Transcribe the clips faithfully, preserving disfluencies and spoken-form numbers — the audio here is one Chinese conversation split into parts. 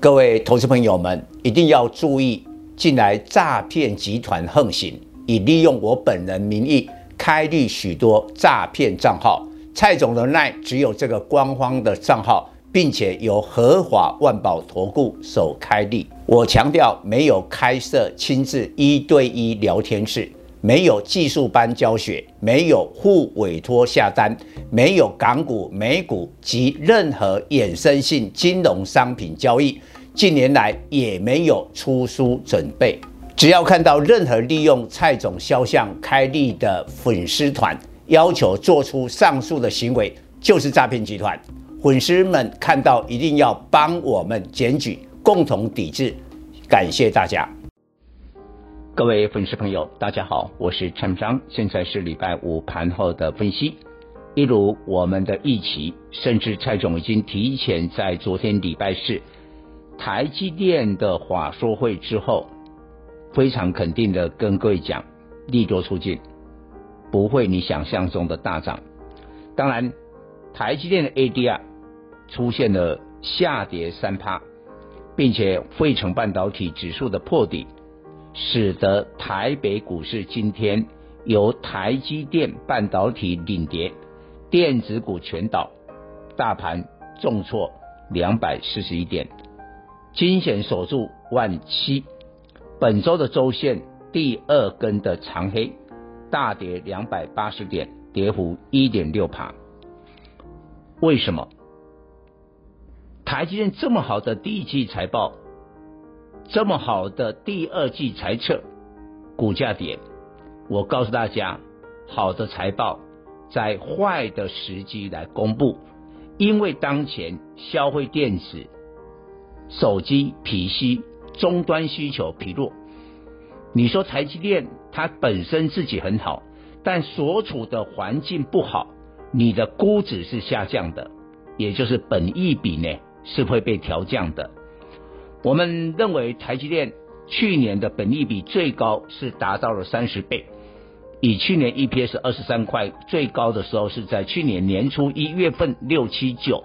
各位投资朋友们一定要注意，近来诈骗集团横行，以利用我本人名义开立许多诈骗账号。蔡总的 LINE 只有这个官方的账号，并且由合法万宝投顾所开立。我强调，没有开设亲自一对一聊天室，没有技术班教学，没有互委托下单，没有港股、美股及任何衍生性金融商品交易。近年来也没有出书准备。只要看到任何利用蔡总肖像开立的粉丝团，要求做出上述的行为，就是诈骗集团。粉丝们看到一定要帮我们检举，共同抵制。感谢大家。 各位粉丝朋友，大家好，我是陈章，现在是礼拜五盘后的分析。一如我们的预期，甚至蔡总已经提前在昨天礼拜四台积电的法说会之后，非常肯定的跟各位讲，利多出尽，不会你想象中的大涨。当然，台积电的 A D R 出现了下跌 百分之三， 并且费城半导体指数的破底，使得台北股市今天由台积电半导体领跌，电子股全倒，大盘重挫两百四十一点，惊险守住万七。本周的周线第二根的长黑，大跌两百八十点，跌幅 一点六%。为什么台积电这么好的第一季财报，这么好的第二季财测，股价跌？我告诉大家，好的财报在坏的时机来公布，因为当前消费电子、手机、P C 终端需求疲弱。你说台积电它本身自己很好，但所处的环境不好，你的估值是下降的，也就是本益比呢是会被调降的。我们认为台积电去年的本益比最高是达到了三十倍，以去年 E P S 二十三块最高的时候是在去年年初一月份六七九，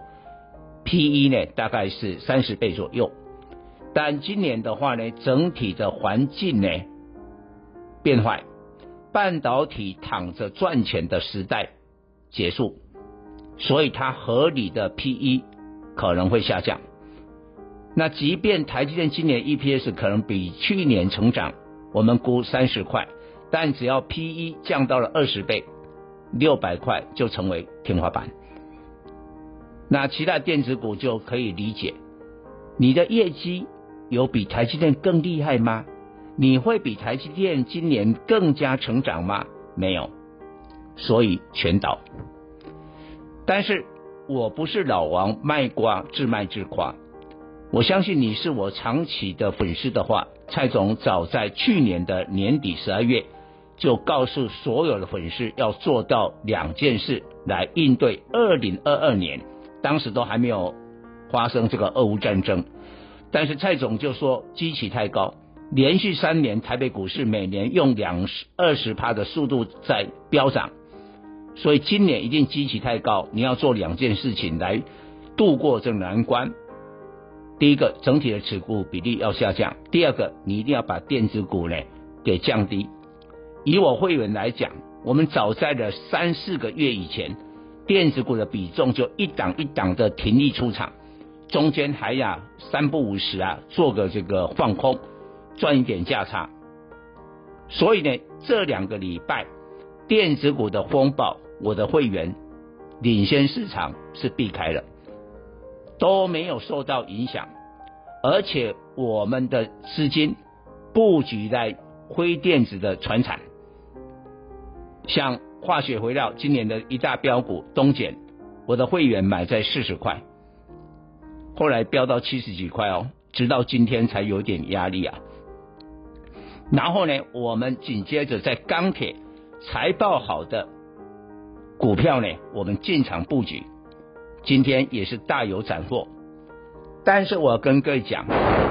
P E 呢大概是三十倍左右。但今年的话呢，整体的环境呢变坏，半导体躺着赚钱的时代结束，所以它合理的 P E 可能会下降。那即便台积电今年 E P S 可能比去年成长，我们估三十块，但只要 P E 降到了二十倍，六百块就成为天花板。那其他电子股就可以理解，你的业绩有比台积电更厉害吗？你会比台积电今年更加成长吗？没有，所以全倒。但是我不是老王卖瓜自卖自夸，我相信你是我长期的粉丝的话，蔡总早在去年的年底十二月就告诉所有的粉丝要做到两件事来应对二零二二年，当时都还没有发生这个俄乌战争，但是蔡总就说基期太高，连续三年台北股市每年用二十%的速度在飙涨，所以今年一定基期太高，你要做两件事情来度过这个难关。第一个，整体的持股比例要下降；第二个，你一定要把电子股呢给降低。以我会员来讲，我们早在了三四个月以前，电子股的比重就一档一档的停利出场，中间还呀三不五时啊做个这个放空，赚一点价差。所以呢，这两个礼拜电子股的风暴，我的会员领先市场是避开了，都没有受到影响，而且我们的资金布局在非电子的传产，像化学肥料今年的一大标股东碱，我的会员买在四十块，后来飙到七十几块哦，直到今天才有点压力啊。然后呢，我们紧接着在钢铁财报好的股票呢，我们进场布局，今天也是大有斩获。但是我跟各位讲，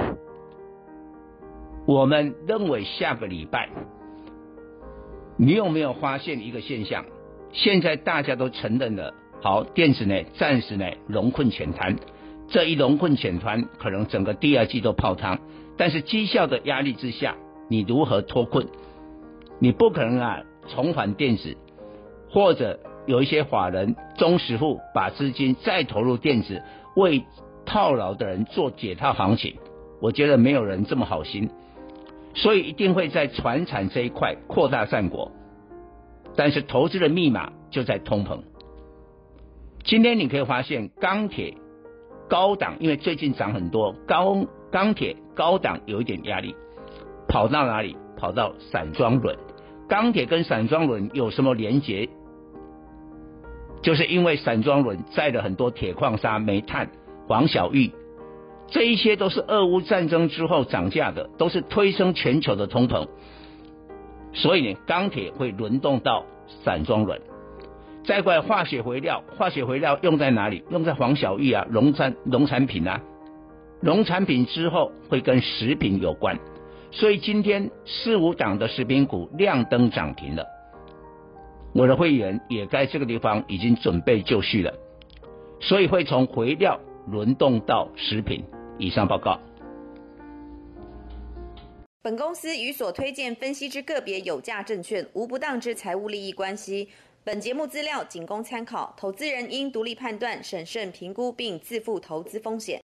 我们认为下个礼拜，你有没有发现一个现象？现在大家都承认了，好，电子呢暂时呢龙困浅滩， 这一龙困浅团可能整个第二季都泡汤，但是绩效的压力之下，你如何脱困？你不可能啊重返电子，或者有一些法人中实户把资金再投入电子，为套牢的人做解套行情，我觉得没有人这么好心，所以一定会在传产这一块扩大战果，但是投资的密码就在通膨。今天你可以发现钢铁高档，因为最近涨很多，高钢铁高档有一点压力，跑到哪里？跑到散装轮。钢铁跟散装轮有什么连结？就是因为散装轮载了很多铁矿砂、煤炭、黄小玉，这一些都是俄乌战争之后涨价的，都是推升全球的通膨，所以呢，钢铁会轮动到散装轮。再过来化学肥料，化学肥料用在哪里？用在黄小玉啊，农产农产品啊，农产品之后会跟食品有关，所以今天四五档的食品股亮灯涨停了。我的会员也在这个地方已经准备就绪了，所以会从肥料轮动到食品。以上报告。 本公司与所推荐分析之个别有价证券无不当之财务利益关系。本节目资料仅供参考，投资人应独立判断、审慎评估并自负投资风险。